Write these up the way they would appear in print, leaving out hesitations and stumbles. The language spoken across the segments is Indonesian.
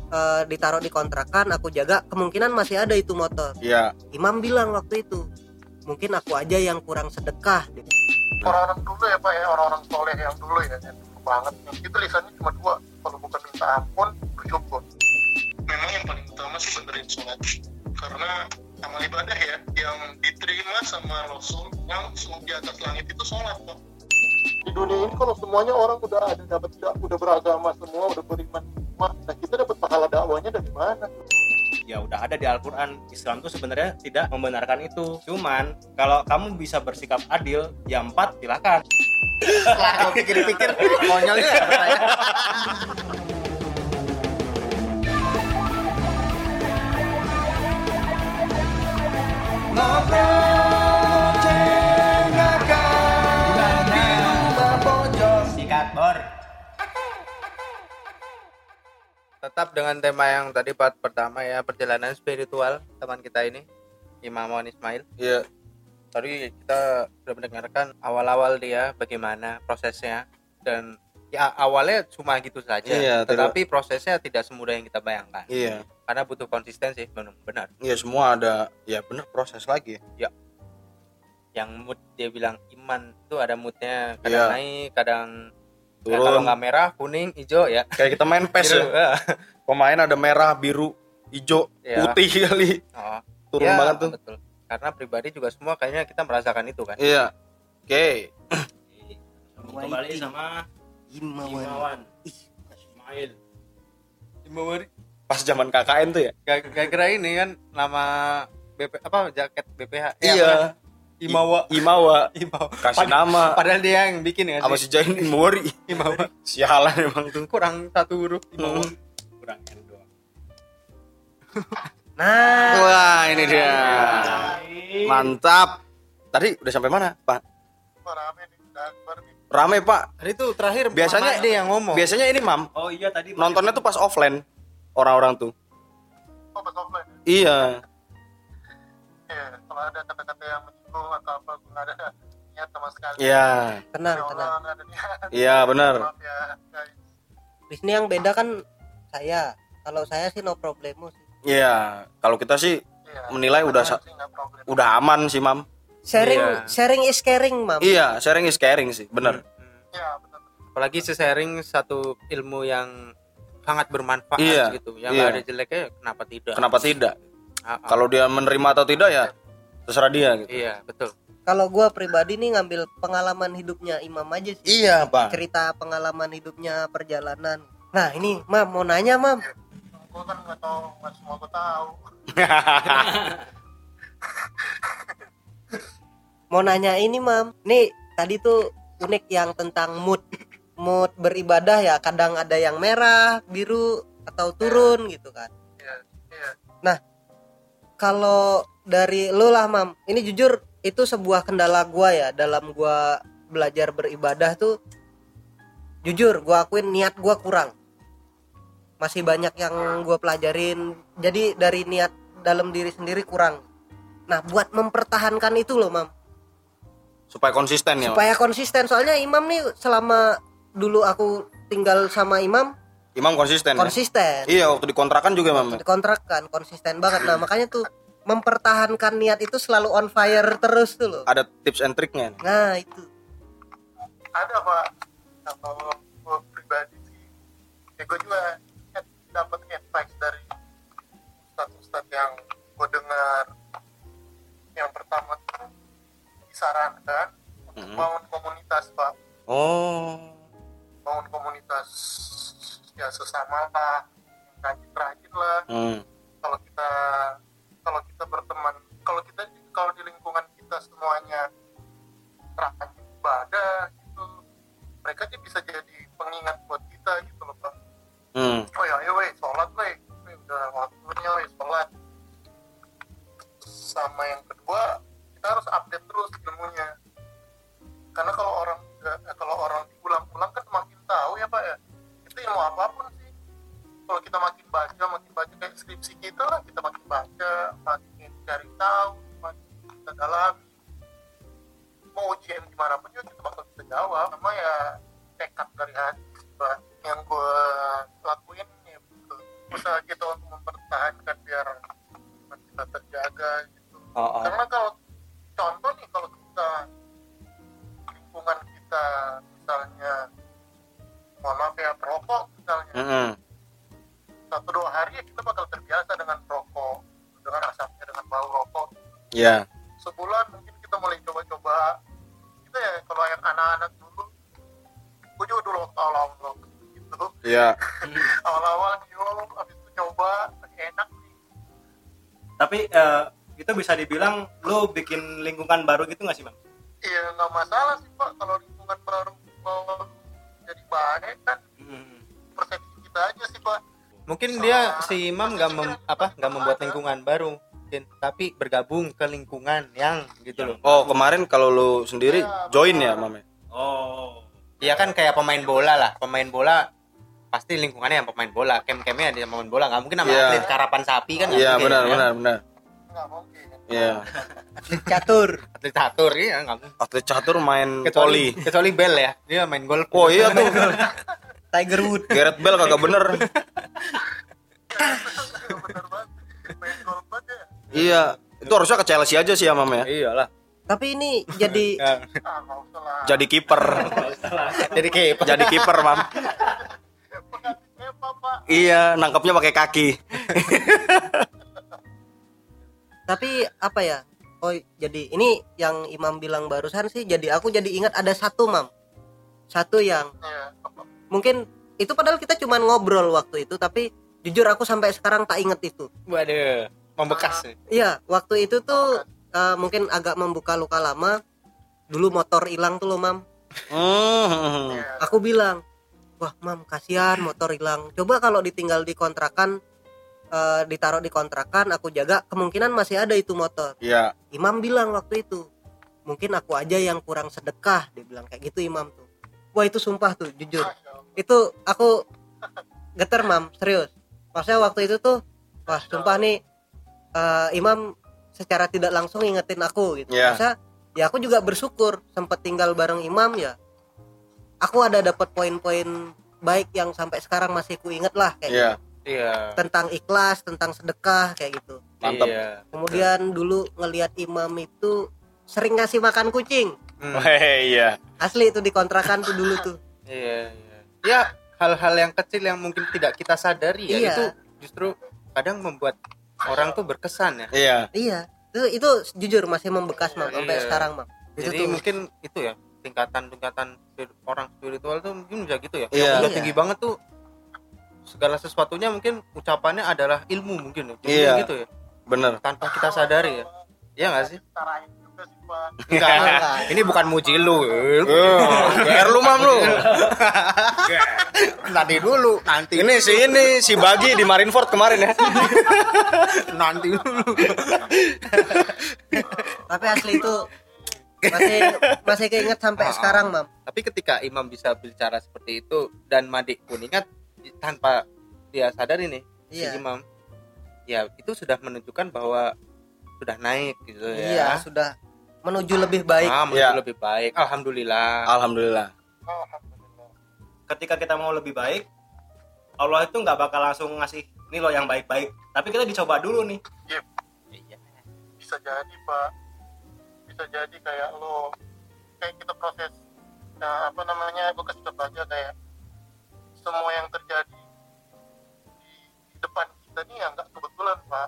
ditaruh di kontrakan, aku jaga, kemungkinan masih ada itu motor. Iya. Imam bilang waktu itu, mungkin aku aja yang kurang sedekah. Orang-orang dulu ya Pak ya, orang-orang soleh yang dulu ya, yang dulu banget. Itu lisannya cuma dua, kalau bukan minta ampun, bersyukur. Memang yang paling utama sih benerin sholat, karena amal ibadah ya, yang diterima sama Rasul langsung di atas langit itu sholat Pak. Di dunia ini kalau semuanya orang udah ada, udah beragama semua, udah beriman, nah kita dapat pahala dakwahnya dari mana? Ya udah ada di Al-Quran. Islam tuh sebenarnya tidak membenarkan itu. Cuman kalau kamu bisa bersikap adil, ya 4 silakan. Setelah aku pikir-pikir, konyolnya ya saya. Sikat bor. Tetap dengan tema yang tadi part pertama ya, perjalanan spiritual teman kita ini, Imam Wan Ismail. Iya. Tadi kita sudah mendengarkan awal-awal dia bagaimana prosesnya, dan ya awalnya cuma gitu saja. Iya, tetapi prosesnya tidak semudah yang kita bayangkan. Iya. Karena butuh konsistensi, benar. Iya, semua ada ya benar proses lagi. Ya. Yang mood dia bilang iman itu ada moodnya, kadang Iya. naik, kadang Turun. ya, kalau nggak merah, kuning, hijau ya. Kayak kita main PES Biru, ya. Pemain ada merah, biru, hijau, Iya. putih kali. Oh, Turun ya, banget tuh. Betul. Karena pribadi juga semua kayaknya kita merasakan itu kan. Iya. Oke. Kembali sama Imawan Ismail. Imawari. Pas zaman KKN tuh ya. Gara-gara ini kan nama jaket BPH. Iya. Imawa. Imawa. Imawa. Kasih nama. Padahal dia yang bikin ya Sama si Jain Imawari. Imawa. Sialan emang tuh. Kurang satu huruf Imawa. Kurang N doang. Nah, Wah, ini dia. Mantap. Tadi udah sampai mana, Pak? Rame nih, udah akbar nih. Rame, Pak. Tadi tuh terakhir Biasanya dia yang ngomong. Biasanya ini, Mam. Oh iya tadi Nontonnya tuh pas offline. Orang-orang tuh. Oh, pas offline. Iya. Iya, kalau ada kata-kata yang menyinggung atau apa, gue nggak ada niat sama sekali. Iya. tenang, Ya Allah, tenang. nggak ada niat. Iya, benar. Maaf ya, guys. Di sini yang beda kan saya. Kalau saya sih no problemo sih. Iya. Kalau kita sih Iya, menilai udah beneran sih, nggak problem. udah aman sih, Mam. Sharing is caring, Mam. Iya, sharing is caring sih, benar. Iya, benar. Apalagi sharing satu ilmu yang sangat bermanfaat Iya, gitu. Yang iya. nggak ada jeleknya, kenapa tidak? Kenapa tidak? Ah, ah. Kalau dia menerima atau tidak ya terserah dia gitu. Iya, betul. Kalau gue pribadi nih ngambil pengalaman hidupnya Imam aja sih. Iya, Pak. Cerita pengalaman hidupnya, perjalanan. Nah ini, Mam, mau nanya, Mam. Gue kan nggak tahu, nggak semua gue tahu. Mau nanya ini, Mam. Nih tadi tuh unik yang tentang mood beribadah ya. Kadang ada yang merah, biru, atau turun gitu kan. Iya, iya. Nah, kalau dari lu lah, Mam, ini jujur itu sebuah kendala gua ya dalam gua belajar beribadah tuh. Jujur, gua akuin niat gua kurang. Masih banyak yang gua pelajarin. Jadi dari niat dalam diri sendiri kurang. Nah, buat mempertahankan itu loh, Mam. Supaya konsisten ya. Supaya konsisten. Soalnya Imam nih selama dulu aku tinggal sama Imam Imam konsisten. konsisten. Ya? Iya, waktu dikontrakan juga, Mam. Dikontrakkan konsisten banget. Nah, makanya tuh mempertahankan niat itu selalu on fire terus tuh loh. Ada tips and triknya. Nah, itu. Ada Pak. Kalau gue pribadi sih, ya gue juga dapat advice dari ustadz yang gue dengar. Yang pertama tuh disarankan untuk bangun komunitas, Pak. Oh. Bangun komunitas ya sesama lah, yang rajin lah. Kalau kita berteman, kalau di lingkungan kita semuanya rajin ibadah gitu, mereka aja bisa jadi pengingat buat kita gitu loh, Pak. Oh ya, ayo weh, sholat weh, udah waktunya weh sholat. Sama yang kedua, kita harus update terus ilmunya. Karena kalau orang diulang-ulang kan makin tahu ya, Pak ya. Itu ilmu apapun sih. Kalau kita makin baca kayak skripsi kita lah, kita makin baca, makin cari tahu, makin kita dalami. Mau ujian gimana pun juga kita bakal bisa jawab. Sama ya tekad dari hati, Pak. Yang gue lakuin ya usaha hari ya kita bakal terbiasa dengan rokok, dengan asapnya, dengan bau rokok. Iya. Sebulan mungkin kita mulai coba-coba. Kita ya kalau yang anak-anak dulu, gue juga dulu waktu awal-awal gitu. Iya. Awal-awal nyium, habis itu coba, enak nih. Tapi itu bisa dibilang lu bikin lingkungan baru gitu nggak sih bang? Iya nggak masalah sih Pak, kalau lingkungan baru mau jadi baik kan persepsi kita aja sih Pak. Mungkin dia si Imam nggak membuat lingkungan baru, tapi bergabung ke lingkungan yang gitu loh. Oh, kemarin kalau lu sendiri join ya, Mame? Oh. Iya kan kayak pemain bola lah. Pemain bola pasti lingkungannya yang pemain bola, camp-campnya ada yang pemain bola, nggak mungkin sama Iya. atlet karapan sapi kan nggak Iya, mungkin, benar, ya. benar. Nggak mungkin. Iya. Catur. Atlet catur ya nggak mungkin. Atlet catur main Kecuali poli. Bell ya, dia main golf. Oh iya tuh. Tiger Wood. Gareth Bale kagak bener. Bener banget. Main golf aja ya. Iya. Itu harusnya ke Chelsea aja sih ya, Mam ya. Iyalah. Tapi ini jadi Nggak usah lah. Jadi kiper. Jadi kiper. Jadi kiper, Mam. Pengganti Kepa Pak. Iya, nangkepnya pakai kaki. tapi apa ya? Oh, jadi ini yang Imam bilang barusan sih, jadi aku jadi ingat ada satu, Mam. Satu yang Iya. Apa? mungkin itu padahal kita cuma ngobrol waktu itu, tapi jujur aku sampai sekarang tak inget itu. Waduh, membekas nih. Iya, waktu itu tuh mungkin agak membuka luka lama. Dulu motor hilang tuh loh, Mam. Iya. Aku bilang, wah Mam, kasihan motor hilang. Coba kalau ditinggal di kontrakan, ditaruh di kontrakan, aku jaga, kemungkinan masih ada itu motor. Iya. Imam bilang waktu itu, mungkin aku aja yang kurang sedekah. Dia bilang kayak gitu Imam tuh. Wah itu sumpah tuh, jujur. Itu aku geter Mam, serius. Maksudnya waktu itu tuh, wah sumpah nih, Imam secara tidak langsung ingetin aku gitu. Iya. Maksudnya, ya aku juga bersyukur sempat tinggal bareng Imam ya. Aku ada dapat poin-poin baik yang sampai sekarang masih ku inget lah kayak Iya. gitu. Iya. Tentang ikhlas, tentang sedekah kayak gitu. Mantap. Iya. Kemudian dulu ngelihat Imam itu sering ngasih makan kucing. Iya. Asli itu di kontrakan tuh dulu tuh. Iya, iya. Ya, hal-hal yang kecil yang mungkin tidak kita sadari ya, Iya. itu justru kadang membuat orang tuh berkesan ya. Iya. Iya. Itu jujur masih membekas Mam sampai Iya. sekarang Mam. Itu Jadi tuh mungkin itu ya, tingkatan orang spiritual tuh mungkin bisa gitu ya. Iya. Yang udah Iya. tinggi banget tuh segala sesuatunya mungkin ucapannya adalah ilmu mungkin ya. Jadi Iya. gitu ya. Bener. Tanpa kita sadari ya. Iya enggak sih? Tarain juga sih Pak. Enggak. Enggak. Ini bukan muji lu. GR lu, Mam lu. Nanti dulu, nanti. Ini si Bagi di Marineford kemarin ya. Nanti dulu. tapi asli itu masih keinget sampai sekarang Mam. Tapi ketika Imam bisa bicara seperti itu dan Madik pun ingat tanpa dia sadari nih Iya. si Imam, ya itu sudah menunjukkan bahwa sudah naik gitu Iya, ya. sudah menuju lebih baik. Menuju Iya. lebih baik. Alhamdulillah. Alhamdulillah. Alhamdulillah. Ketika kita mau lebih baik, Allah itu nggak bakal langsung ngasih ini loh yang baik-baik, tapi kita dicoba dulu nih. Iya. Bisa jadi Pak. Bisa jadi kayak kita proses gue kasih contoh aja kayak semua yang terjadi di depan kita nih ya nggak kebetulan Pak.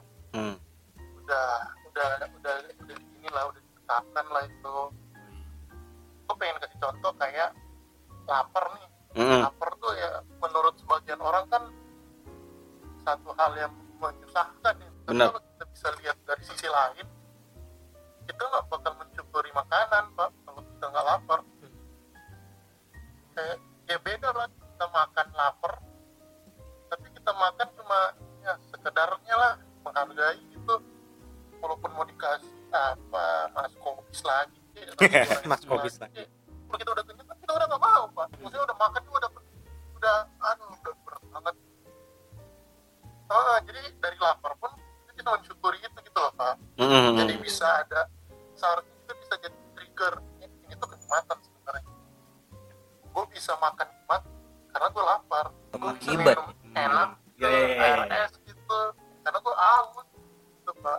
Udah inilah udah ditetapkan lah itu. Gue pengen kasih contoh kayak lapar nih. Lapar tuh ya menurut sebagian orang kan satu hal yang menyusahkan ya. Tapi Benar. kalau kita bisa lihat dari sisi lain, kita nggak bakal mensyukuri makanan Pak kalau kita nggak lapar. Kayak ya beda lah kita makan lapar, tapi kita makan cuma ya sekedarnya lah, menghargai itu. Walaupun mau dikasih mas kobis lagi, Mas kobis lagi. Kalau kita udah kenyang, kita udah nggak mau Pak. Maksudnya udah makan tuh udah berat banget. Jadi dari lapar pun kita bisa mensyukuri itu gitu loh Pak. Jadi bisa ada seharusnya itu bisa jadi trigger. Ini tuh kenikmatan sebenarnya. Gue bisa makan nikmat karena gue lapar. Gue bisa Akibat. minum enak Ya, ya, ya, air ya. es gitu karena gue haus gitu Pak.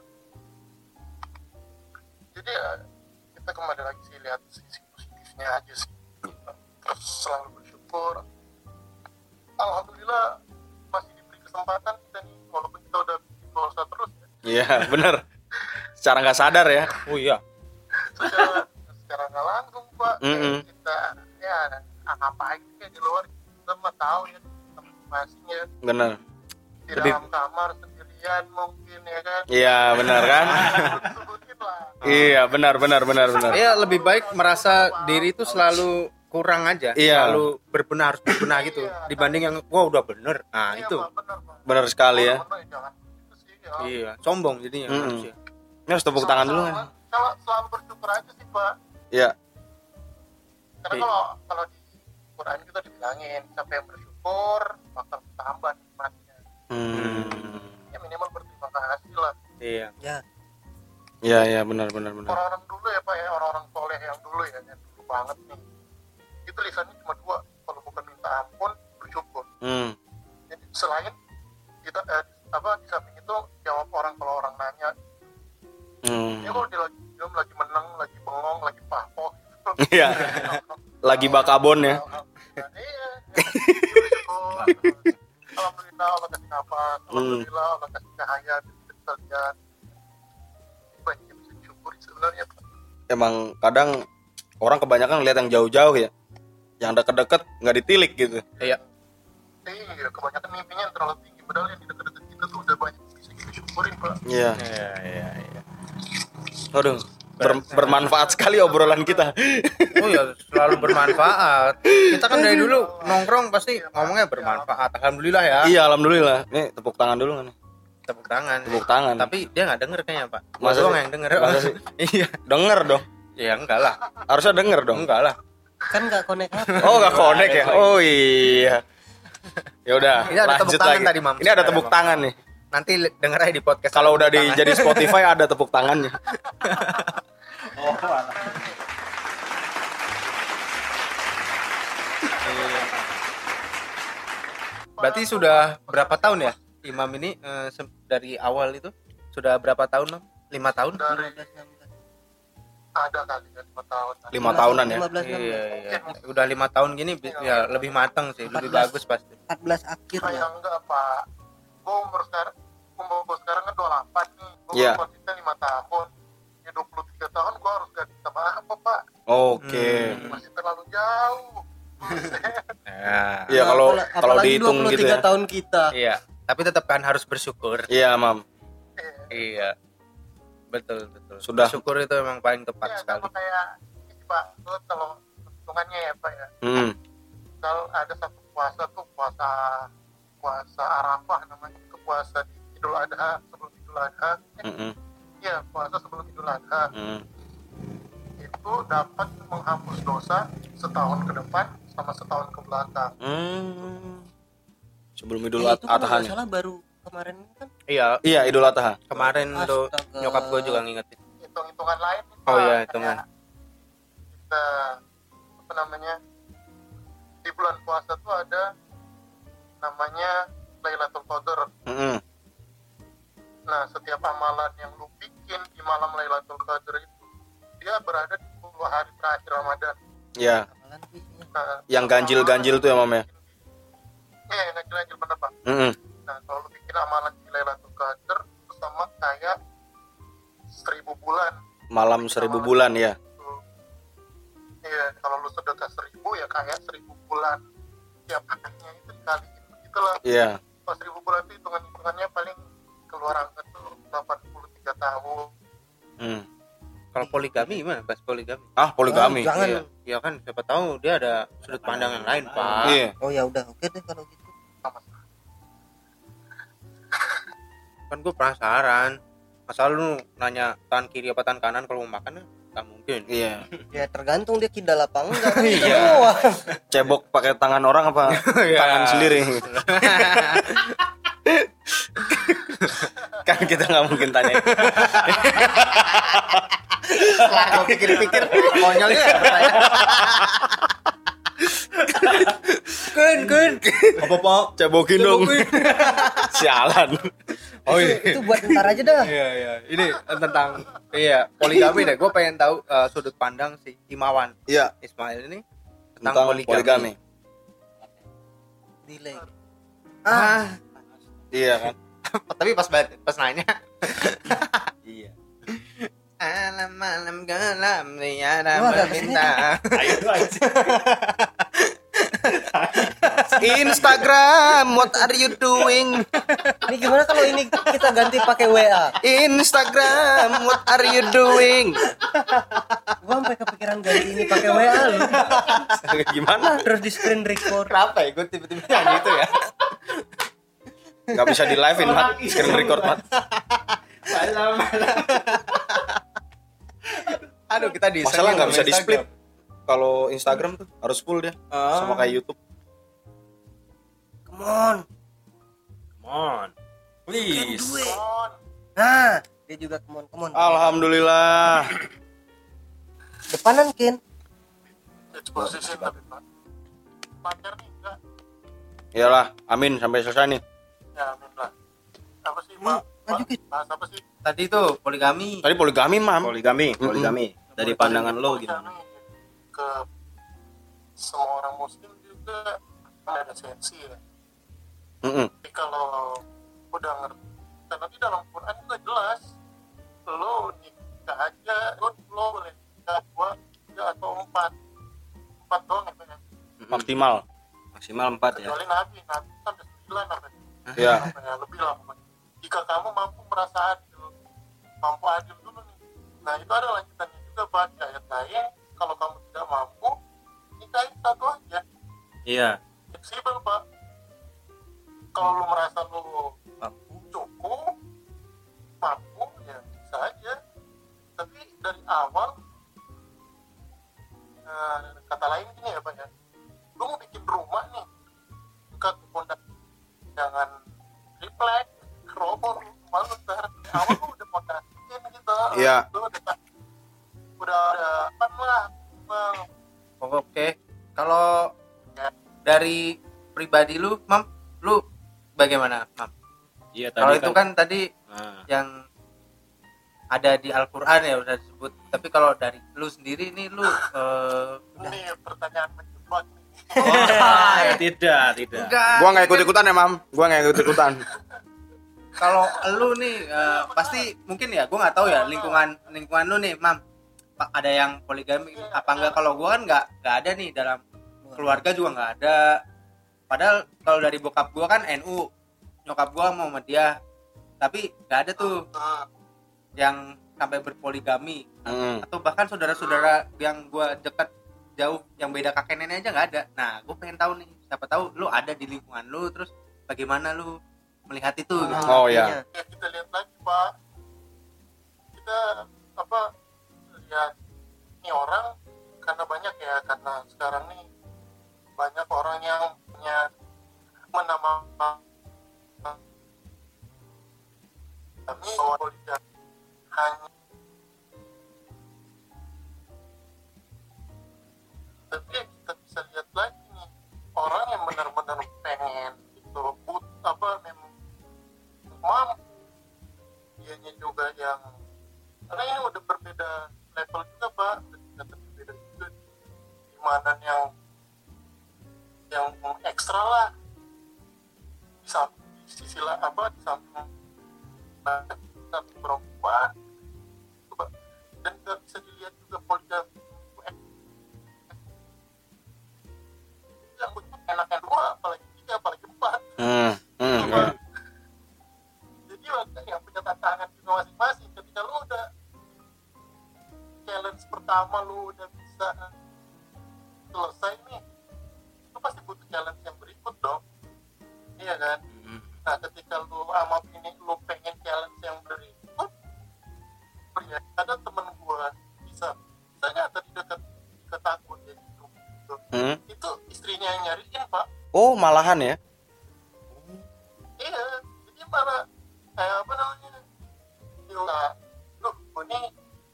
Jadi ya kita kembali lagi sih lihat sisi positifnya aja sih. Terus selalu bersyukur. Alhamdulillah masih diberi kesempatan kita nih Iya, benar. Secara nggak sadar ya. Oh iya. secara nggak langsung Pak. Mm-mm. Kita ya ngapain kayak di luar kita mah tahu ya masing-masingnya Benar. di Lebih- dalam kamar sendirian mungkin ya kan. Iya, benar kan? Sebutin lah. Iya, benar. Ya lebih baik merasa diri itu selalu kurang aja, Iya. selalu harus berbenah gitu, dibanding yang wah udah bener. Nah Iya, itu, Pak, benar Pak. Benar sekali ya. Benar, jangan gitu sih ya. iya, sombong jadinya Mm-mm. manusia. Ini harus tepuk tangan dulu kan? Selalu bersyukur aja sih Pak. Iya. Karena kalau di Quran kita dibilangin siapa yang bersyukur bakal tambah nikmatnya. Ya minimal berterima kasih lah. Iya. Iya, benar. Orang-orang dulu ya Pak ya, orang-orang soleh yang dulu ya, yang dulu banget nih. Itu lisannya cuma dua, kalau bukan minta ampun, bersyukur. Jadi selain kita di samping itu jawab orang kalau orang nanya. Ya kalau dia lagi diam, lagi menang, lagi bengong, lagi pahpoh gitu. Iya. Lagi bakabon ya. Iya. Bersyukur. Alhamdulillah Allah kasih nafas, alhamdulillah Allah kasih cahaya bisa lihat. Banyak yang bisa disyukuri sebenarnya Pak. Emang kadang orang kebanyakan lihat yang jauh-jauh ya. Yang deket-deket nggak ditilik gitu. Iya. Iya, kebanyakan mimpinya yang terlalu tinggi, padahal yang di dekat-dekat kita tuh udah banyak yang bisa kita syukurin Pak. Iya. Iya. Aduh, bermanfaat sekali obrolan kita. Oh ya, selalu bermanfaat. Kita kan dari dulu nongkrong pasti ngomongnya bermanfaat. Alhamdulillah ya. Iya, alhamdulillah. Nih tepuk tangan dulu kan. Tepuk tangan. Tepuk tangan. Tapi dia nggak denger kayaknya Pak. Masa Doang sih? yang denger. Masa sih? Iya. Denger dong. Ya enggak lah. Harusnya denger dong. Enggak lah. Kan nggak connect apa. Oh, nggak connect ya? Oh iya. Ya udah, Ini ada lanjut tepuk tangan lagi. tadi, Mam. Ini ada tepuk tangan nih. Nanti denger aja di podcast. Kalau udah Tepuk tangan. jadi Spotify ada tepuk tangannya. Berarti sudah berapa tahun ya Imam ini dari awal itu? Sudah berapa tahun, Mam? 5 tahun? Dari ada kali ya 5 tahun. 5 tahunan ya. 15 Iya. Udah 5 tahun gini ya lebih matang sih, lebih 14. bagus pasti. 14 akhir Ah, ya. ya enggak Pak. Gue umur sekarang kan 28 nih. Gue Iya. konsisten 5 tahun. Ya 23 tahun gue harus ganti sama apa Pak? Oke. Masih terlalu jauh. Ya. Iya, kalau Apalagi dihitung 23 gitu ya. tahun kita. Iya, tapi tetap kan harus bersyukur. Iya, Mam. Iya. Betul. Sudah. Bersyukur itu memang paling tepat Ya sekali. sama kayak ini Pak. Lu kalau hitungannya ya Pak ya. Kalau ada satu puasa tuh puasa Arafah namanya, itu puasa di Idul Adha, sebelum Idul Adha. Iya, puasa sebelum Idul Adha. Itu dapat menghapus dosa setahun ke depan sama setahun ke belakang. Sebelum Idul Itu kalau Adha nggak nih. salah baru kemarin kan. Iya, Iya, Idul Adha. kemarin tuh Astaga. nyokap gue juga ngingetin. Hitung-hitungan lain nih, Oh Pak. iya, Kayak hitungan. kita apa namanya, di bulan puasa tuh ada namanya Lailatul Qadar. Nah, setiap amalan yang lu bikin di malam Lailatul Qadar itu dia berada di 10 hari terakhir Ramadan. Iya. Apalagi tuh isinya. Nah, Yang ganjil-ganjil tuh ya, Mam ya. iya, yang ganjil-ganjil bener Pak. Nah, kalau lu bikin amalan di Lailatul Qadar itu sama kayak 1000 bulan. Malam 1000 bulan ya. Iya, kalau lu sedekah 1000 ya kayak 1000 bulan. Tiap harinya itu dikaliin begitu lah. Iya. Pas 1000 bulan itu hitungannya paling keluar angka tuh 83 tahun. Kalau poligami gimana? Pas poligami? Ah, poligami. Jangan. Iya. Ya kan siapa tahu dia ada sudut pandang yang lain, Pak. Iya. Oh ya udah, oke deh kalau gitu. Kan gue penasaran. Masa lu nanya tangan kiri apa tangan kanan kalau mau makan? Nggak mungkin. Iya. Ya tergantung dia kidal apa enggak kan kita Iya. doang. Cebok pakai tangan orang apa tangan sendiri? Kan kita nggak mungkin tanya. Setelah gue pikir-pikir, konyolnya ya pertanyaan. Kun. Apa Pak? Cebokin dong. Sialan. Oh iya. Itu buat ntar aja dah. Iya. Ini tentang poligami deh. Gue pengen tahu sudut pandang si Imawan Iya. Ismail ini Tentang poligami. Delay. Ah, Iya kan. tapi pas nanya Iya. Malam gelap tiada Wah, agak berbintang. Ayo aja. Instagram, what are you doing? Ini gimana kalau ini kita ganti pakai WA? Instagram, what are you doing? Gua sampai kepikiran ganti ini pakai WA lu. Gimana? Terus di screen record. Kenapa ya gue tiba-tiba nyanyi itu ya? Gak bisa di live-in, Mat. Screen record, Mat. Malam. Aduh, kita di Masalah nggak bisa di split. Kalau Instagram tuh harus full dia, sama kayak YouTube. Come on. Come on. Please. Nah, dia juga come on. Alhamdulillah. Depanan Kin. Exposition tapi Pak. Pacar nih enggak? Iyalah, amin sampai selesai nih. Ya amin lah. Apa sih Pak? lanjutin. Bahas apa sih? Tadi tuh poligami. Tadi poligami, Mam. Poligami. Dari pandangan lo gimana? Ke semua orang muslim juga ada sensi ya. Tapi kalau udah ngerti, karena di dalam Quran juga jelas lo nikah aja, lo boleh nikah 2, 3 atau 4 doang ya Pak ya. Maksimal. Maksimal 4 ya. Kecuali Nabi sampai 9 apa Iya. ya, lebih lah pokoknya. Jika kamu mampu merasa adil dulu nih. Nah itu ada lanjutannya juga Pak, di ayat lain. Kalau kamu tidak mampu, nikahin satu aja. Iya. Fleksibel Pak. Kalau lu merasa lu cukup, mampu, ya bisa aja. Tapi dari awal, kata lain gini ya Pak ya, lu mau bikin rumah nih, buka pondasi, jangan triplek, roboh, malu ntar. Dari awal lu udah pondasiin gitu. Iya. Lu udah apa lah, Bang. Oke. Kalau dari pribadi lu, Mam, lu bagaimana, Mam? Iya Kalau tadi itu kan tadi yang ada di Al-Qur'an ya udah disebut. Tapi kalau dari lu sendiri nih lu Ini pertanyaan menjebak nih. tidak. enggak. Gua nggak ikut-ikutan ya, Mam. Gua nggak ikut-ikutan. Kalau lu nih pasti mungkin ya, gua nggak tahu ya lingkungan lu nih, Mam. Ada yang poligami apa enggak? Kalau gua kan nggak ada nih, dalam keluarga juga nggak ada. Padahal kalau dari bokap gua kan NU, nyokap gua mau Muhammadiyah, tapi nggak ada tuh yang sampai berpoligami. Atau bahkan saudara-saudara yang gua dekat jauh yang beda kakek nenek aja nggak ada. Nah, gua pengen tahu nih, siapa tahu lu ada di lingkungan lu, terus bagaimana lu melihat itu gitu. Oh ya. Ya kita lihat lagi Pak, kita lihat ini orang, karena banyak ya, karena sekarang nih banyak orang yang punya menamakan kami bahwa poligami hanya, tapi kita bisa lihat lagi nih orang yang benar-benar pengen itu memang mampu, dianya juga yang, karena ini udah berbeda level juga Pak, udah berbeda juga gimana yang ekstra lah di sisi lah di samping perempuan, dan nggak bisa dilihat juga poligami yang enaknya 2, apalagi 3, apalagi 4. Jadi yang punya tantangan juga masing-masing. Ketika lu udah challenge pertama lu udah bisa selesai nih, lu pasti butuh challenge yang berikut dong, iya kan? Nah ketika lu sama ini lu pengen challenge yang berikut, ya ada temen gua misalnya tadi dekat aku dia gitu. Itu istrinya yang nyariin Pak. Oh, malahan ya. Iya, jadi malah gue nih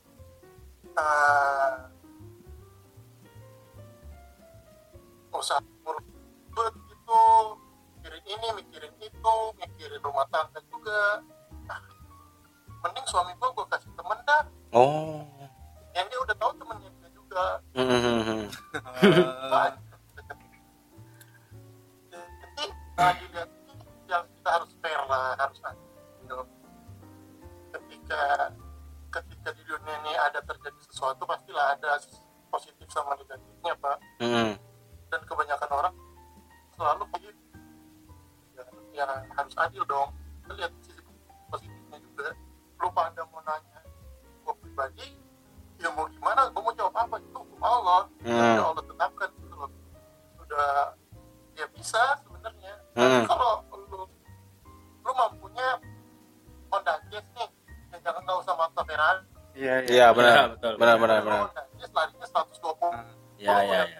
usaha ngurus gitu, mikirin ini, mikirin itu, mikirin rumah tangga juga. Mending suami gue kasih temen dah. Oh. Yang dia udah tahu temennya dia juga. Jadi dilihat yang kita harus fair lah, harus adil. harus adil dong. Kita lihat sisi positifnya juga. Lu pada mau nanya gue pribadi, ya mau gimana, gue mau jawab apa, itu hukum Allah. Ya Allah tetapkan gitu loh. Sudah ya bisa sebenarnya. Tapi kalau lu mampunya Honda Jazz nih, ya jangan nggak usah Mazda Ferrari. Iya benar. betul. Benar. Honda Jazz larinya 120. Iya.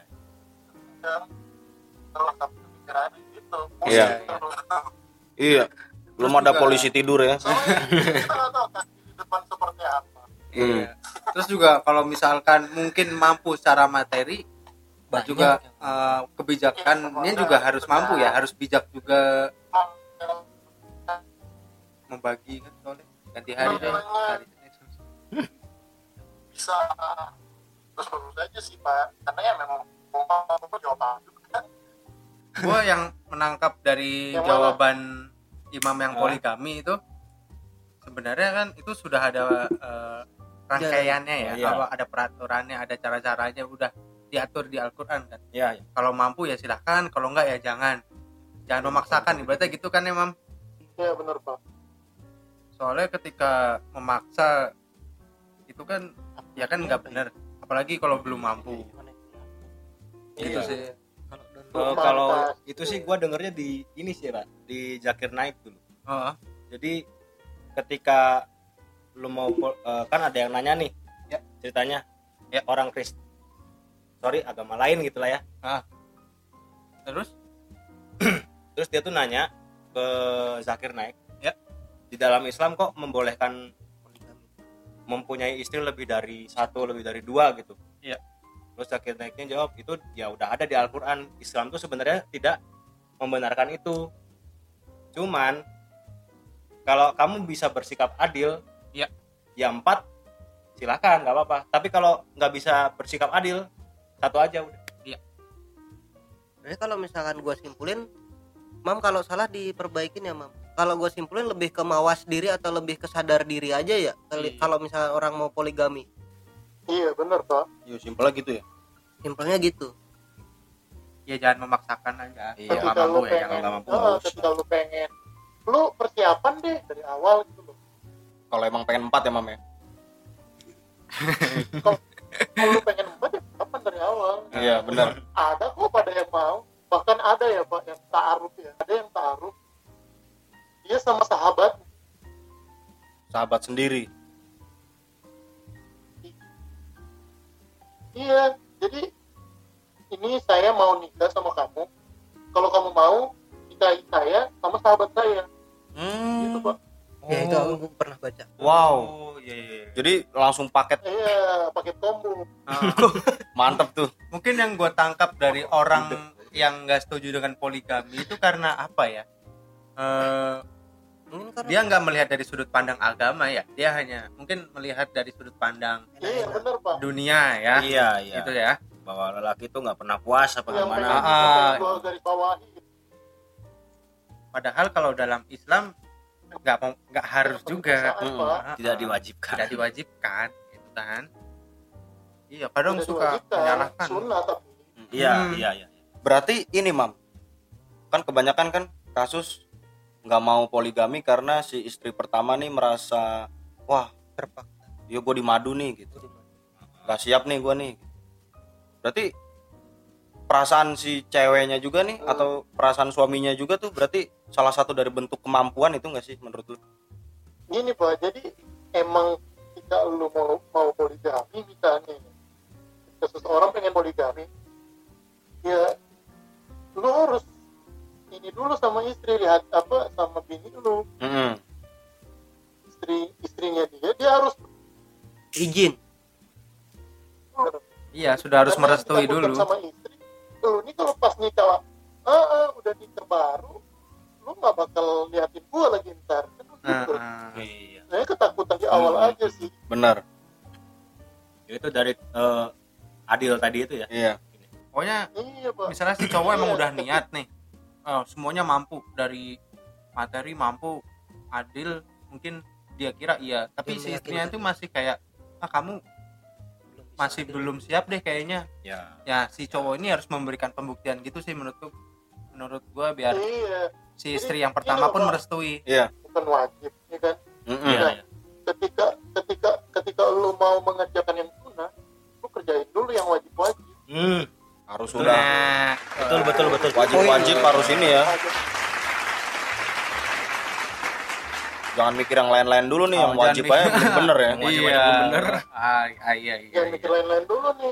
Kalau sampai Ferrari gitu. Iya. Terus. Iya. Belum ada juga- polisi tidur ya. Soalnya kita nggak tahu kaki di depan seperti apa. Iya. Terus juga kalau misalkan mungkin mampu secara materi, Banyak juga yang- kebijakannya juga harus mampu ya, harus bijak juga membagi kan soalnya ganti hari deh. Hari Senin. Bisa terus aja sih Pak, karena ya memang mau jawab apa juga kan. Gua yang menangkap dari Yang mana? jawaban imam yang poligami itu sebenarnya kan itu sudah ada rangkaiannya ya, Iya. apa ada peraturannya, ada cara-caranya udah diatur di Al-Qur'an kan. Iya. Kalau mampu ya silahkan, kalau enggak ya jangan memaksakan, ibaratnya gitu kan ya Mam. Iya benar Pak. Soalnya ketika memaksa itu kan ya kan nggak benar, apalagi kalau belum mampu gitu Iya. sih. Kalau itu sih gue dengernya di ini sih Pak, di Zakir Naik dulu. Oh, Jadi ketika lu mau kan ada yang nanya nih Ya. ceritanya Ya. orang Kristen, agama lain gitu lah ya. terus Terus dia tuh nanya ke Zakir Naik, Ya. di dalam Islam kok membolehkan mempunyai istri lebih dari satu, lebih dari dua gitu. Iya. Terus Zakir Naiknya jawab, itu ya udah ada di Al-Quran. Islam tuh sebenarnya tidak membenarkan itu. Cuman kalau kamu bisa bersikap adil, Iya. ya 4 silakan, nggak apa-apa. Tapi kalau nggak bisa bersikap adil, 1 aja udah. Jadi kalau misalkan gue simpulin, Mam kalau salah diperbaikin ya Mam. Kalau gue simpulin lebih ke mawas diri atau lebih ke sadar diri aja ya. Kalau misalkan orang mau poligami, Iya benar Pak. Iya, simpelnya gitu ya. simpelnya gitu. ya jangan memaksakan aja. Iya, Kalau nggak Ketika lu mampu ya pengen, jangan. nggak mampu, nggak usah. ketika lu pengen, lu persiapan deh dari awal gitu loh. Kalau emang pengen 4 ya, Mam ya. Kalau lu pengen 4 ya persiapan dari awal. Iya, benar. Ada kok pada yang mau, bahkan ada ya Pak yang ta'aruf ya. Ada yang ta'aruf dia sama sahabat. Sahabat sendiri. Iya, jadi ini saya mau nikah sama kamu. Kalau kamu mau nikahin saya sama sahabat saya, gitu Pak. Ya itu aku pernah baca. Wow. Oh, iya. Jadi langsung paket, Iya, pakai combo. mantep tuh. Mungkin yang gue tangkap dari orang yang nggak setuju dengan poligami itu karena apa ya? Mungkin karena Dia nggak melihat dari sudut pandang agama ya, dia hanya mungkin melihat dari sudut pandang Iya, benar Pak. dunia ya, Iya. gitu ya. Bahwa lelaki itu nggak pernah puas apa Yang gimana. pengen gua garis bawahi. Padahal kalau dalam Islam nggak harus juga, Perasaan, Pak. Tidak diwajibkan. tidak diwajibkan, gitu kan? Iya, kadang Tidak suka diwajibkan, menyalahkan. sunnah tapi. Iya. Iya. Berarti ini, Mam. Kan kebanyakan kan kasus nggak mau poligami karena si istri pertama nih merasa, wah, terpaksa. ya gue dimadu nih gitu. Gak siap nih gue nih. Berarti perasaan si ceweknya juga nih atau perasaan suaminya juga tuh berarti salah satu dari bentuk kemampuan itu nggak sih menurut lu? Gini Pak, jadi emang ketika lu mau poligami misalnya, ketika seseorang pengen poligami, ya lu harus ini dulu sama istri, lihat apa sama bini dulu, istrinya dia harus Izin. Iya, sudah harus karena merestui ditakutkan dulu. sama istri. Lu ini kalau pas nikah, udah nikah baru, lu nggak bakal liatin gua lagi ntar, kan gitu. Iya. Saya ketakutan di awal aja sih. Benar. Itu dari adil tadi itu ya. Iya. Pokoknya Iya Pak. misalnya si cowok emang udah niat nih, semuanya mampu, dari materi mampu, adil, mungkin dia kira iya, tapi Dia si meyakinkan. istrinya itu masih kayak, kamu masih belum siap deh kayaknya. Ya. Ya si cowok ini harus memberikan pembuktian gitu sih menurut gua biar Iya. si istri yang pertama pun merestui. Iya. bukan wajib, ya kan? Mm-mm. Iya, Nah, iya. ketika lu mau mengerjakan yang sunnah, lu kerjain dulu yang wajib-wajib. Harus sudah Nah, Betul. wajib harus ini ya. Jangan mikir yang lain-lain dulu nih, yang jangan wajib mikir. aja belum bener ya. iya. Bener. Iya. Jangan mikir lain-lain dulu nih.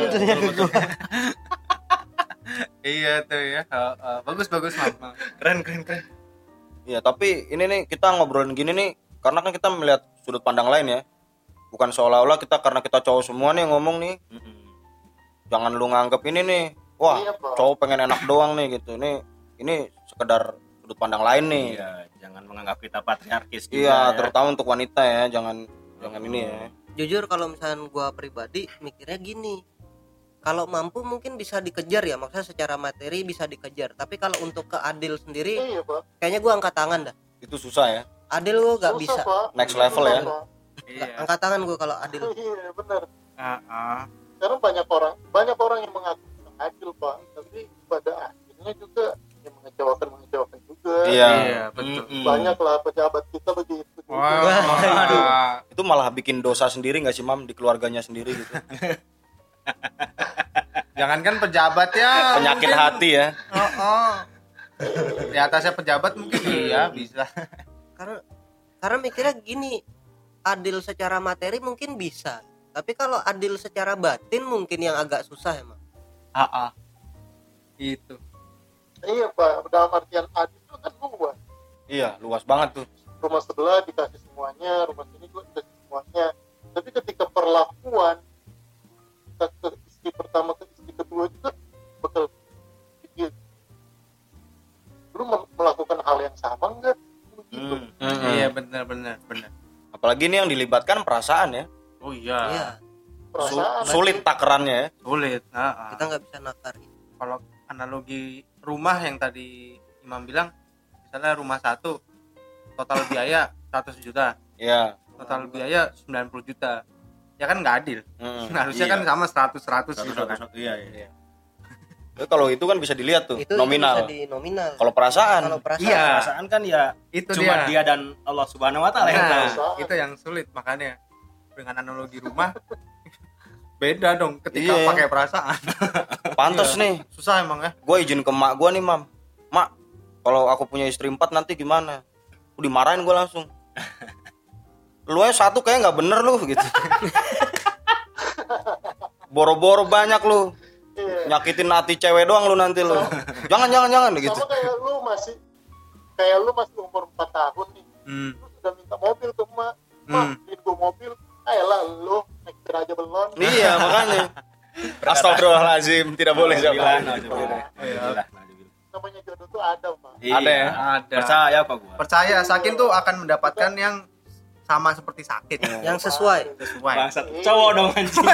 Iya tuh ya. Bagus Mam. Keren. Iya, tapi ini nih kita ngobrolin gini nih karena kan kita melihat sudut pandang lain ya. Bukan seolah-olah kita karena kita cowok semua nih ngomong nih. Jangan lu nganggep ini nih, wah Iya, Pak. cowok pengen enak doang nih gitu. Ini sekedar sudut pandang lain nih. Iya, jangan menganggap kita patriarkis juga. Iya, ya. terutama untuk wanita ya, jangan ini ya. Jujur kalau misalnya gua pribadi mikirnya gini, kalau mampu mungkin bisa dikejar ya, maksudnya secara materi bisa dikejar, tapi kalau untuk ke Adil sendiri Iya, Pak. kayaknya gua angkat tangan dah. Itu susah ya. Adil gua gak Susah, bisa. Pak. Next level ya. Susah, Pak. Iya. Angkat tangan gua kalau Adil. Iya, benar. Heeh. Karena banyak orang yang mengaku adil, Pak, tapi pada akhirnya juga yang mengecewakan juga. Iya. Iya, betul. Banyak lah pejabat kita begitu. Wah. Itu malah bikin dosa sendiri nggak sih, Mam, di keluarganya sendiri gitu. Jangankan pejabat ya. Penyakit mungkin- hati ya. Di atasnya pejabat mungkin iya bisa. Karena mikirnya gini, Adil secara materi mungkin bisa, tapi kalau Adil secara batin mungkin yang agak susah emang. Itu. Iya, Pak, dalam artian adil itu kan luas. Iya, luas banget tuh. Rumah sebelah dikasih semuanya, rumah sini juga dikasih semuanya. Tapi ketika perlakuan ke istri pertama ke istri kedua juga bakal pikir, lu melakukan hal yang sama enggak? Begitu. Iya benar. Apalagi ini yang dilibatkan perasaan ya. Oh iya. Iya, Perasaan. Sulit takarannya ya. Sulit. kita nggak bisa nakar itu. Kalau analogi rumah yang tadi Imam bilang, misalnya rumah satu total biaya 100 juta, Iya. total biaya 90 juta. Ya kan nggak adil. Harusnya Iya. kan sama 100 gitu kan. Iya. Jadi kalau itu kan bisa dilihat tuh, Itu nominal. bisa di nominal. Kalau perasaan, Kalau perasaan, Iya. Perasaan kan ya Itu cuma dia. dia dan Allah Subhanahu wa taala yang tahu. Nah, itu yang sulit makanya dengan analogi rumah beda dong ketika Iya. pakai perasaan. pantes nih. Susah emang ya. Gue izin ke mak gue nih, Mam. Mak, kalau aku punya istri 4 nanti gimana? Udah dimarahin gue langsung. Lu aja satu kayak nggak bener lu gitu. Boro-boro banyak lu. Iya. Nyakitin hati cewek doang lu nanti lu. Jangan gitu. Sama kayak lu masih umur 4 tahun nih. Lu sudah minta mobil ke emak. Mak, beliin gua mobil. Ayolah lu naik aja belum. Iya, makanya. Astagfirullahaladzim, tidak boleh Nauzubillah, siapa. nauzubillah. Nauzubillah. Namanya jodoh tuh ada, Pak. Iya. Ada ya? Ada. Percaya kok gua. Percaya Sakin tuh akan mendapatkan yang sama seperti Sakin. yang sesuai. Sesuai. Bangsat cowok dong anjing.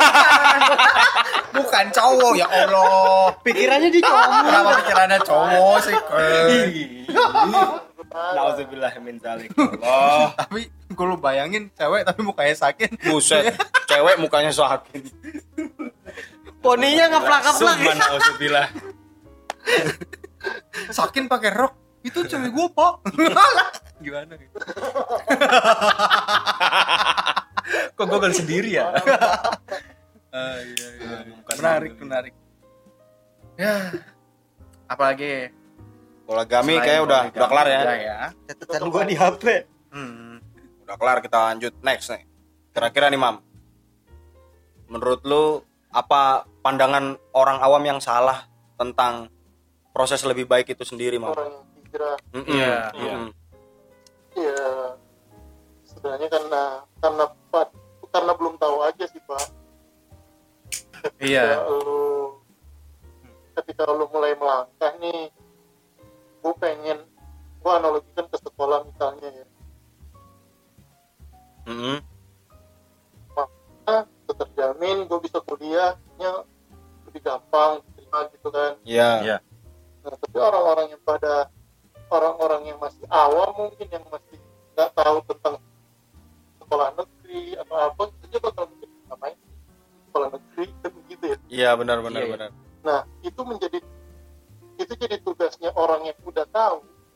Bukan cowok ya Allah. Pikirannya di cowok. Kenapa pikirannya cowok sih? Nauzubillah min dzalik. Allah. Tapi gue lu bayangin cewek tapi mukanya Sakin. Buset, cewek mukanya sakit. Poninya ngeplak-ngeplak. Suman nauzubillah. Sakin pakai rok. Itu cewek gue, Pak. Gimana gitu? Kok gue gak sendiri ya? Iya. Menarik. Ya. Apalagi Poligami selain kayak udah poligami kelar ya. ya. Catatan gua di HP. Udah kelar, kita lanjut next nih. Kira-kira nih, Mam. Menurut lu apa pandangan orang awam yang salah tentang proses lebih baik itu sendiri, Mam? Orang yang hijrah. Iya. Iya. Sebenarnya karena belum tahu aja sih, Pak. Iya. Ketika lu mulai melangkah nih, gue analogikan ke sekolah misalnya ya. Maka terjamin gue bisa kuliahnya lebih gampang terima gitu kan. Iya. Nah, tapi orang-orang yang masih awam mungkin yang masih nggak tahu tentang sekolah negeri atau apa, dia bakal mikir ngapain sih sekolah negeri kan begitu ya. Iya, benar. Nah, itu jadi tugasnya orang yang udah tahu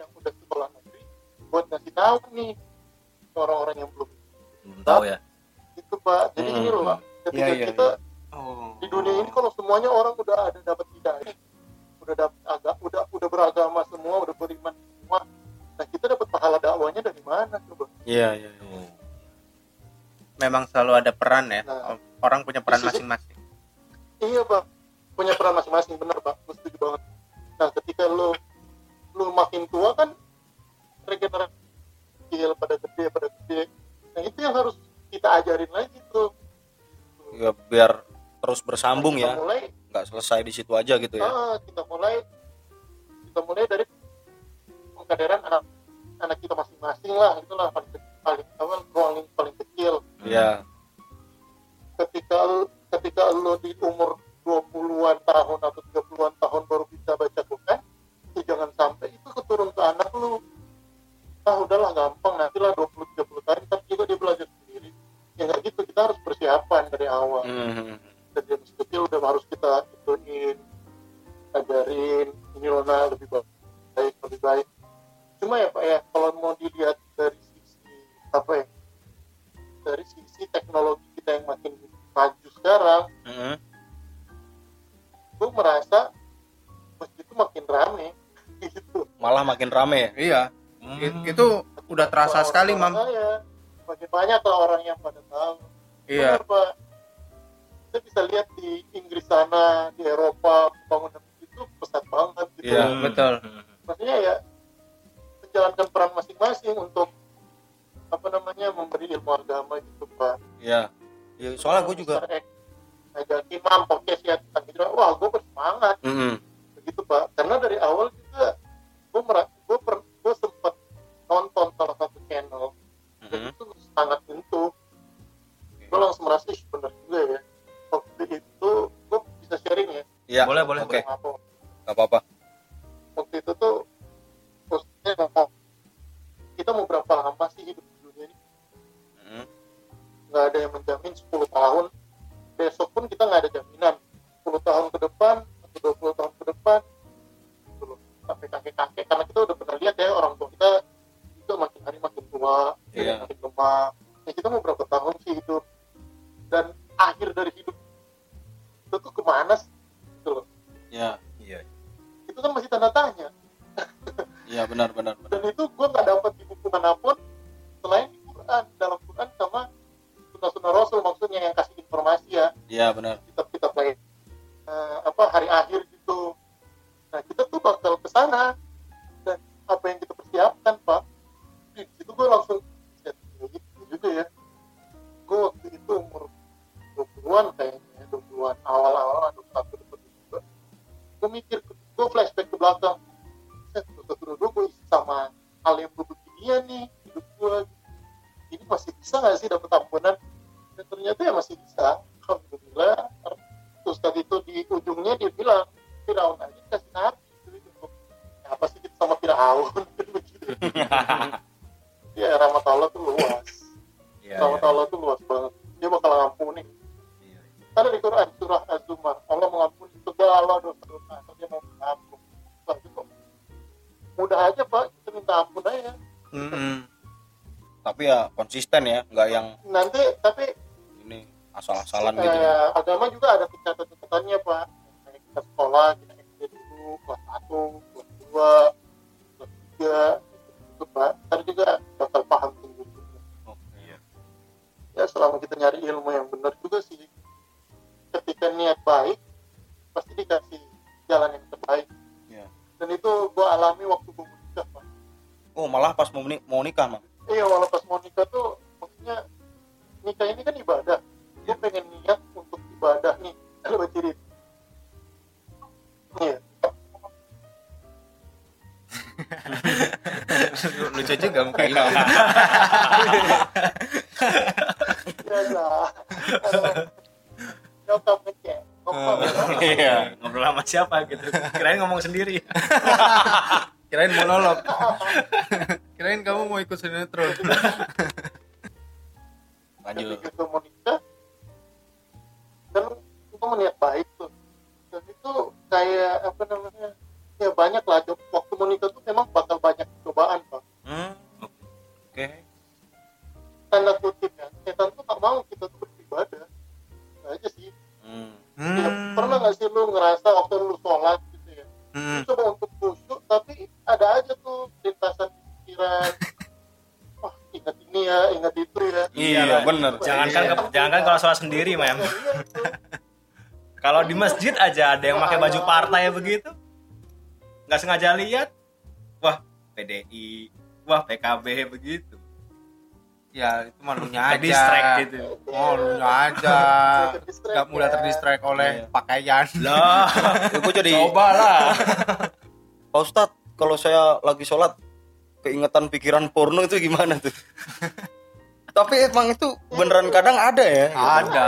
sekolah negeri buat ngasih tahu nih ke orang-orang yang belum tahu ya. itu Pak. Jadi gini loh Pak, ketika Iya, kita Oh. di dunia ini kalau semuanya orang udah ada dapat hidayah, udah dapat udah beragama semua, udah beriman semua, nah kita dapat pahala dakwahnya dari mana coba? Iya. Memang selalu ada peran ya. Nah, Orang punya peran bisa- masing-masing. Iya Pak, punya peran masing-masing, benar Pak, gue setuju banget. Nah ketika lu makin tua kan regenerasi kecil pada gede, nah itu yang harus kita ajarin lagi tuh. Ya, biar terus bersambung Kita ya, mulai nggak selesai di situ aja gitu ya. kita mulai dari kesadaran anak kita masing-masing lah, itulah paling awal ruang paling kecil. Iya. Ketika lo di umur 20-an tahun atau 30-an tahun baru bisa baca Quran, ya jangan sampai itu keturun ke anak lu. Udahlah gampang, nantilah 20-30 tahun tapi juga dia belajar sendiri. Ya nggak gitu, kita harus persiapan dari awal. Dari masih kecil udah harus kita ituin, ajarin ini Rona lebih baik. Cuma ya Pak ya, kalau mau dilihat dari sisi dari sisi teknologi kita yang makin maju sekarang, gue merasa masjid itu makin rame gitu. Malah makin rame ya. Iya. Itu udah terasa sekali, Mam. Makin banyak lah orang yang pada tahu. Iya. Benar, Pak. Kita bisa lihat di Inggris sana, di Eropa, pembangunan itu pesat banget gitu. Iya. Betul. Maksudnya ya menjalankan peran masing-masing untuk memberi ilmu agama gitu Pak. Iya. Ya, soalnya gue juga ngajakin Mam podcast ya tentang hijrah, wah gue bersemangat begitu Pak, karena dari awal juga gue sempat nonton salah satu channel dan itu sangat menyentuh. Gue langsung merasa benar juga ya, waktu itu gue bisa sharing ya. Iya. Boleh. Oke. Apa? Gak apa-apa. Waktu itu tuh maksudnya kita mau berapa lama sih hidup di dunia ini? Nggak ada yang menjamin 10 tahun, besok pun kita nggak ada jaminan 10 tahun ke depan atau 20 tahun ke depan gitu loh. Sampai kakek-kakek, karena kita udah pernah lihat ya orang tua kita juga makin hari makin tua, Iya. makin lemah. Ya kita mau berapa tahun sih hidup, dan akhir dari hidup itu tuh kemana sih gitu loh. Iya. Itu kan masih tanda tanya, Iya, benar. dan itu gue nggak dapat di buku manapun selain di Quran, dalam Quran sama sunnah Rasul, maksudnya yang kasih informasi ya, Iya, benar. kitab-kitab lain hari akhir gitu. Nah kita tuh bakal ke sana, dan apa yang kita persiapkan Pak, di situ gue langsung gitu juga ya. Gue waktu itu umur 20-an kayaknya, 20-an awal-awal, 21 juga. Gue mikir, gue flashback ke belakang, dulu gue isi sama hal yang beginian nih hidup gue, ini masih bisa nggak sih dapat ampunan? Dan ternyata ya masih bisa, alhamdulillah. Terus tadi itu di ujungnya dia bilang Firaun aja kasih nabi gitu. Apa sih kita sama Firaun? Ya rahmat Allah tuh luas. Rahmat Allah tuh luas banget, dia bakal ngampuni. Ada di Quran surah Az-Zumar, Allah mengampuni segala dosa-dosa asal dia mau mengampuni. Wah, itu mudah aja Pak, kita minta ampun aja. Tapi ya konsisten ya, nggak yang Nanti tapi ini asal-asalan gitu ya. agama juga ada catatan-catatannya Pak. Kayak kita sekolah, kita SD dulu, kelas 1, kelas 2, kelas 3 gitu Pak. Ntar juga bakal paham tinggi. Ya selama kita nyari ilmu yang benar juga sih, ketika niat baik pasti dikasih jalan yang terbaik. Iya. Dan itu gue alami waktu gue menikah Pak. Oh, malah pas mau nikah, Mam. Iya, walau pas mau nikah tuh maksudnya nikah ini kan ibadah. Gue pengen niat untuk ibadah nih, kalau bacirin. Iya. Lucu juga mukanya. Biasa. Nyokap ngecek. Iya, ngobrol sama siapa gitu. Kirain ngomong sendiri. Kirain monolog. Kirain kamu mau ikut sinetron. Lanjut. Ketika mau nikah, kan itu meniat baik tuh. Dan itu kayak ya banyak lah waktu mau nikah tuh memang bakal banyak cobaan Pak. Oke. Tanda kutip ya, setan tuh tak mau kita tuh beribadah. Nah, aja sih. Ya, pernah nggak sih lu ngerasa waktu lu sholat gitu ya, lu coba untuk khusyuk tapi ada aja tuh lintasan pikiran, wah ingat ini ya, ingat itu ya. Iya, bener. Jangankan kalau sholat sendiri, Mem. Kalau di masjid aja ada yang pakai baju partai begitu, nggak sengaja lihat, wah PDI, wah PKB begitu. Ya itu malunya aja. Distract gitu. Malunya aja. Gak mudah terdistract oleh pakaian. Lah, Gue jadi cobalah. Pak Ustadz, kalau saya lagi sholat keingetan pikiran porno itu gimana tuh? Tapi emang itu beneran kadang ada ya? Ada.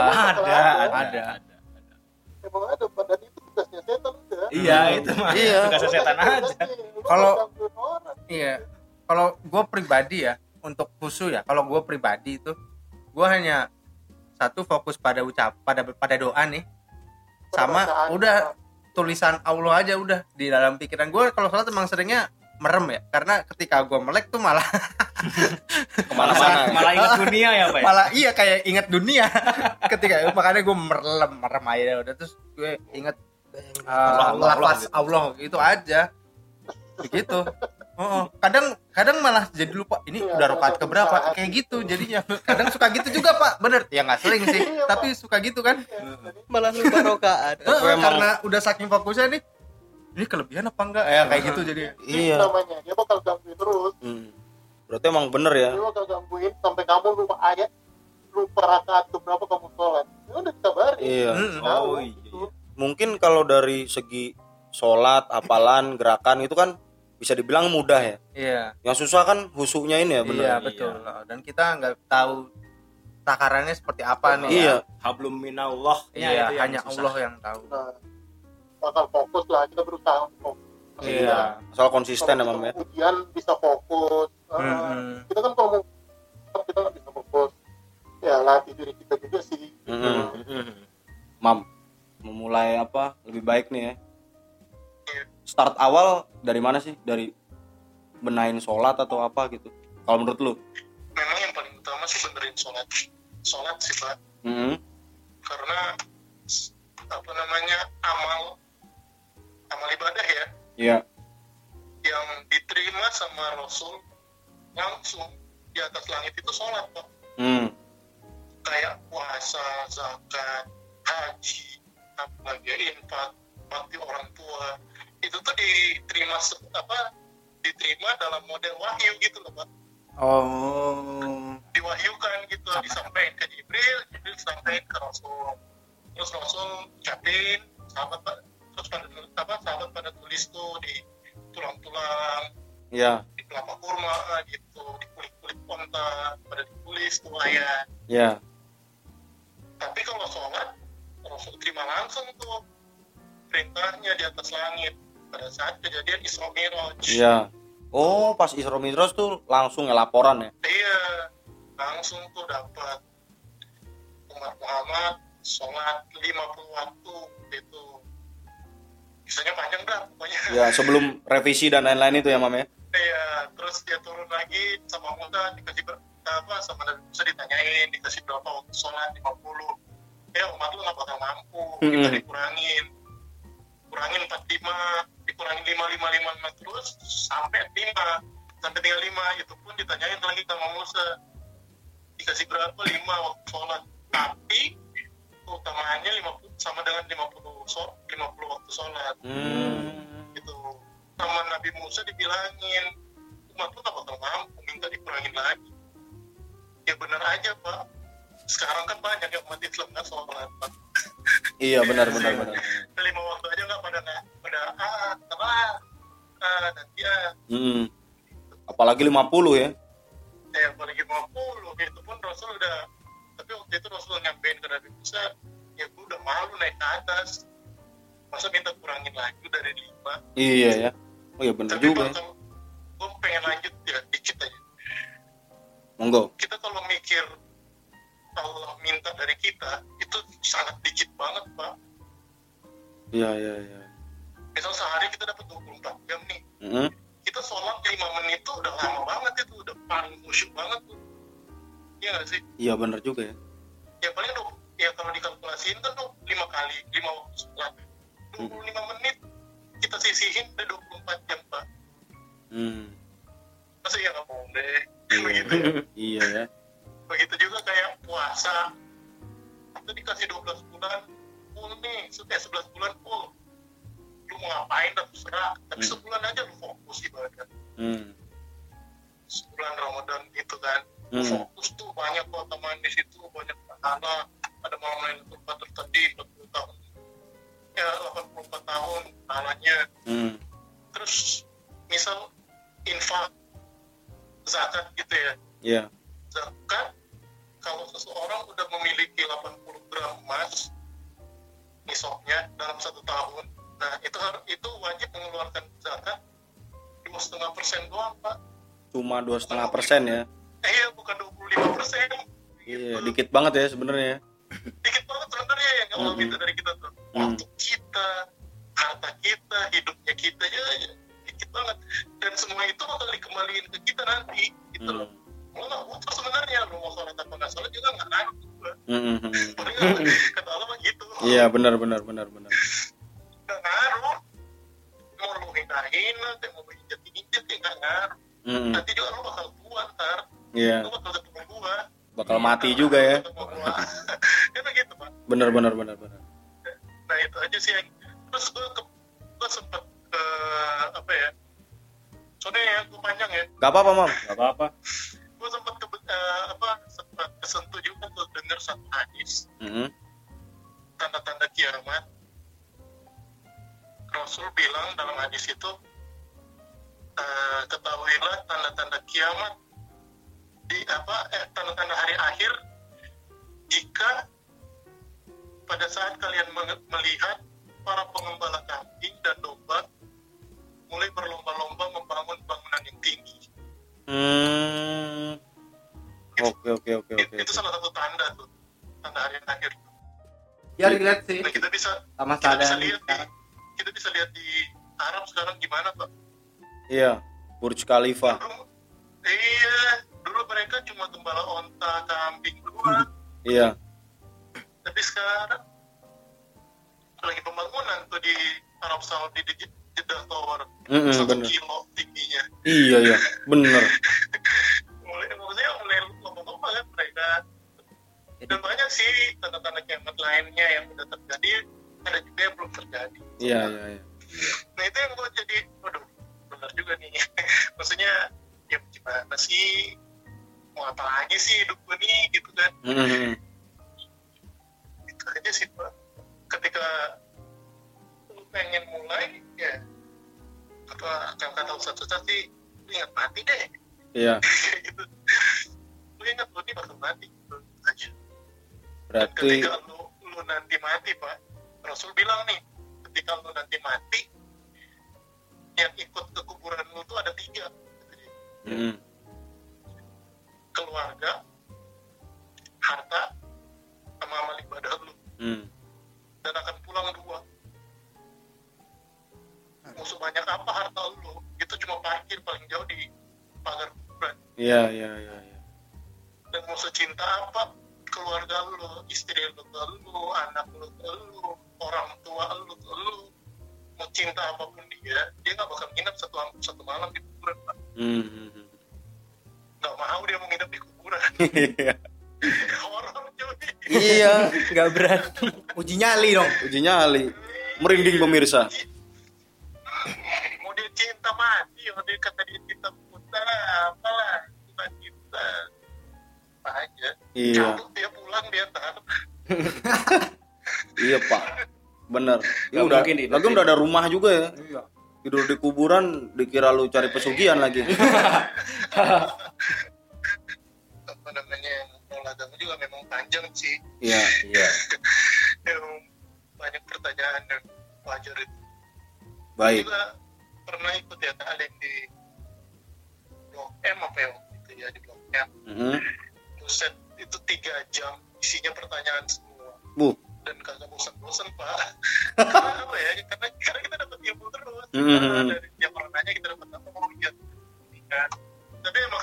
Emang ada, padahal itu tugasnya setan udah. Iya, itu mah. Iya. Tugas setan aja. Kalau- Iya. Kalau gue pribadi ya, untuk khusyuk ya, kalau gue pribadi itu, gue hanya satu fokus pada pada doa nih, sama Bacaan. udah tulisan Allah aja udah di dalam pikiran gue. Kalau sholat emang seringnya merem ya, karena ketika gue melek tuh malah Kemana-mana. Malah ingat dunia ya, Pak. malah iya kayak inget dunia. Ketika makanya gue merem aja udah, terus gue inget lafaz Allah itu aja begitu. Kadang malah jadi lupa ini Iya, udah rakaat satu keberapa saat kayak gitu jadinya. Kadang suka gitu juga Pak, bener ya, nggak sering sih Iya, Pak. tapi suka gitu kan. Malah lupa rokaat. emang- Karena udah saking fokusnya nih, ini kelebihan apa enggak ya kayak gitu jadi. Iya. Namanya dia bakal gangguin terus, Berarti emang bener ya? dia bakal gangguin sampai kamu lupa ayat, lupa rakaat keberapa kamu sholat. Ya udah dikabarin. Iya. Tahu, Oh, iya. gitu. Mungkin kalau dari segi sholat, hafalan, gerakan itu kan bisa dibilang mudah ya. Iya. Yang susah kan husuknya ini ya, bener. Iya betul. Dan kita nggak tahu takarannya seperti apa nih. Iya. Hablum minallah. Iya, itu yang hanya susah. Allah yang tahu. Nah, bakal fokus lah, kita berusaha untuk fokus. Iya. Asal konsisten ya, Mam ya. Ujian bisa fokus. Kita kan kalau mau kita nggak bisa fokus, ya latih diri kita juga sih. Mam, memulai apa lebih baik nih ya? Start awal dari mana sih? Dari benahin sholat atau apa gitu? Kalau menurut lu? Memang yang paling utama sih benerin sholat sih Pak, karena apa namanya amal ibadah ya, Iya. yang diterima sama Rasul langsung di atas langit itu sholat Pak. Kayak puasa, zakat, haji, apalagi infak, bakti orang tua, itu tuh diterima dalam model wahyu gitu loh Pak. Diwahyukan gitu, disampaikan ke Jibril disampaikan ke Rasul, terus Rasul ucapin, sahabat pada tulis tuh di tulang-tulang, Iya. di kelapa kurma gitu, di kulit onta pada ditulis tuh ayat. Iya. Tapi kalau sholat, Rasul terima langsung tuh perintahnya di atas langit pada saat kejadian Isra Mi'raj. Iya. Oh, pas Isra Mi'raj tuh langsung ya laporan ya. Iya, langsung tuh dapat umat Muhammad sholat 50 waktu itu. Kisahnya panjang dah pokoknya. Ya, sebelum revisi dan lain-lain itu ya, Mam ya. Iya, terus dia turun lagi sama Musa dikasih sama Nabi Musa ditanyain dikasih berapa waktu sholat 50. Ya umat lu nggak bakal mampu, kita kurangin 45, dikurangin 5 terus sampai tinggal 5. Itu pun ditanyain lagi sama Musa dikasih berapa 5 waktu sholat, tapi utamanya 50 sama dengan 50 waktu sholat. Gitu. Sama Nabi Musa dibilangin umat lu gak bakal mampu, minta dikurangin lagi. Ya benar aja Pak, sekarang kan banyak yang umat Islam gak sholat Pak. Iya, benar. 5 waktu aja gak pada dan dia Apalagi 50 ya. apalagi 50 itu pun Rasul udah, tapi waktu itu Rasul nyampein ke Nabi Musa, ya gue udah malu naik ke atas, masa minta kurangin lagi dari 5. Iya ya. Oh iya benar Tapi juga. bakal, gue pengen lanjut ya dikit aja. Monggo. Kita kalau mikir Allah minta dari kita itu sangat dikit banget Pak. Iya. Misal sehari kita dapat 24 jam nih, kita kita sholat 5 menit tuh udah lama banget, itu udah paling khusyuk banget tuh. Iya nggak sih? Iya benar juga ya. Ya paling ya kalau dikalkulasiin kan tuh 5 waktu sholat 25 menit kita sisihin udah 24 jam Pak. Masa ya nggak boleh begitu ya? Iya ya. Begitu juga kayak puasa, kita dikasih 12 bulan full nih, 11 bulan full, lu mau ngapain dah terserah, tapi sebulan aja lu fokus ibadah. Sebulan Ramadan gitu kan, lu fokus tuh banyak kota manis itu, banyak pahala, ada malam Lailatul Qadar tadi 40 tahun ya, 84 tahun pahalanya. Terus misal infak zakat gitu ya. Iya. Zakat, kalau seseorang udah memiliki 80 gram emas nisabnya dalam 1 tahun, nah itu wajib mengeluarkan zakat 2,5% doang Pak. Cuma 2,5% ya. Iya, bukan 25%. Iya, dikit banget ya sebenarnya. Dikit banget sebenarnya yang Allah minta dari kita tuh. Waktu kita, harta kita, hidupnya kita ya dikit banget. Dan semua itu bakal dikembaliin ke kita nanti gitu loh. Lo nggak butuh sebenarnya, lo mau sholat apa nggak sholat juga nggak ngaruh juga. Kata Allah mah gitu. Iya benar. Nggak ngaruh. Mau lo hina-hina, mau lo injek-injek ya nggak ngaruh. Nanti juga lo bakal tua ntar. Iya. Lo bakal ketemu gua. Bakal mati juga ya. Kan begitu Pak. Benar. Nah itu aja sih yang. Terus gua sempet apa ya? Soalnya ya gua panjang ya. Gak apa-apa Mam. Gak apa-apa. Gue sempat sempat kesentuh juga tuh dengar satu hadis tanda-tanda kiamat. Rasul bilang dalam hadis itu, ketahuilah tanda-tanda kiamat tanda-tanda hari akhir jika pada saat kalian melihat para pengembala kambing dan domba mulai berlomba-lomba membangun bangunan yang tinggi. Oke. Itu salah satu tanda tuh, tanda hari akhir. Ya dilihat sih. Nah, kita bisa lihat di Arab sekarang gimana Pak? Iya, Burj Khalifa. Dulu mereka cuma gembala onta, kambing doang. Iya. Tapi sekarang lagi pembangunan tuh di Arab Saudi di Jeddah Tower, 1 kilo tingginya. Iya, bener. mulai lomba-lomba kan mereka. Dan banyak sih tanda-tanda kiamat lainnya yang udah terjadi, ada juga yang belum terjadi. Iya. Nah itu yang gue jadi, waduh, benar juga nih. Maksudnya, ya gimana sih, mau apa lagi sih hidup gue nih, gitu kan. Itu aja sih Pak. Ketika lu pengen mulai, ya kata Ustaz sih, lu ingat mati deh. Iya. Gitu. Lu ingat lu ini bakal mati gitu aja. Berarti Dan ketika lu nanti mati Pak, Rasul bilang nih, ketika lu nanti mati, yang ikut ke kuburan lu tuh ada 3. Keluarga, harta, sama amal ibadah lu. Dan akan pulang 2. Mau sebanyak apa harta lu, itu cuma parkir paling jauh di pagar kuburan. Iya. Dan mau secinta apa keluarga lu, istri lu ke lu, anak lu ke lu, orang tua lu ke lu, mau cinta apapun dia nggak bakal nginep satu malam di kuburan Pak. Nggak mau dia mau nginep di kuburan. Horor cuy. Iya. Nggak berani. Uji nyali dong. Uji nyali. Merinding pemirsa. Mau dia cinta mati, mau dia kata dia cinta buta, apalah cinta apa aja. Iya. Cabut dia pulang dia ntar. Iya Pak. Bener. Nggak mungkin Lagi udah ada rumah juga ya. Iya. Tidur di kuburan dikira lu cari pesugihan lagi. Apa namanya, olahraga juga memang panjang sih. Iya. Banyak pertanyaan yang wajar itu. Baik. Juga pernah ikut ya kalian di Blok M apa ya gitu ya, di Blok M. Buset, itu 3 jam isinya pertanyaan semua. Dan kagak bosan-bosan Pak. Karena apa ya? Karena kita dapat ilmu terus. Dari tiap orang nanya kita dapat apa, mau lihat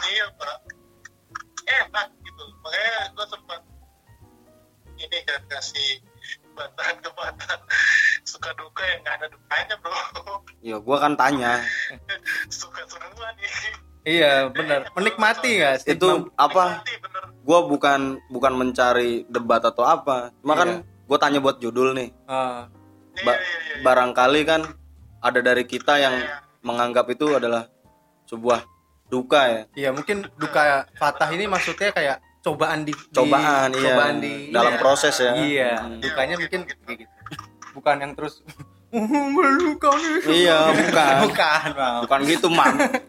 Iya pak, enak gitu. Makanya gue sempat ini kan kasih bantahan ke bantahan. Suka duka yang nggak ada dukanya bro. Ya gua kan tanya Suka semua nih. Iya benar, menikmati nggak sih? itu apa, Nikmati, bener. gua bukan mencari debat atau apa, cuma Iya. kan gua tanya buat judul nih. Ah, Iya. Barangkali kan ada dari kita yang menganggap itu adalah sebuah duka ya, iya mungkin duka Fatah ini maksudnya kayak cobaan cobaan di dalam iya. proses ya. Iya, dukanya mungkin kayak gitu. Bukan yang terus berduka nih. Iya, bukan. Bukan, Bang. Bukan gitu, Mam.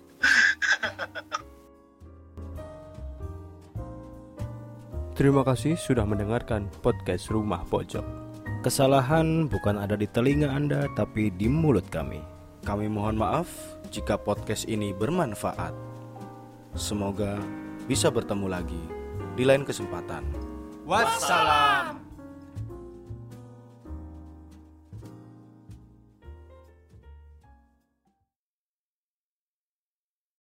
Terima kasih sudah mendengarkan podcast Rumah Pojok. Kesalahan bukan ada di telinga Anda, tapi di mulut kami. Kami mohon maaf jika podcast ini bermanfaat. Semoga bisa bertemu lagi di lain kesempatan. Wassalam.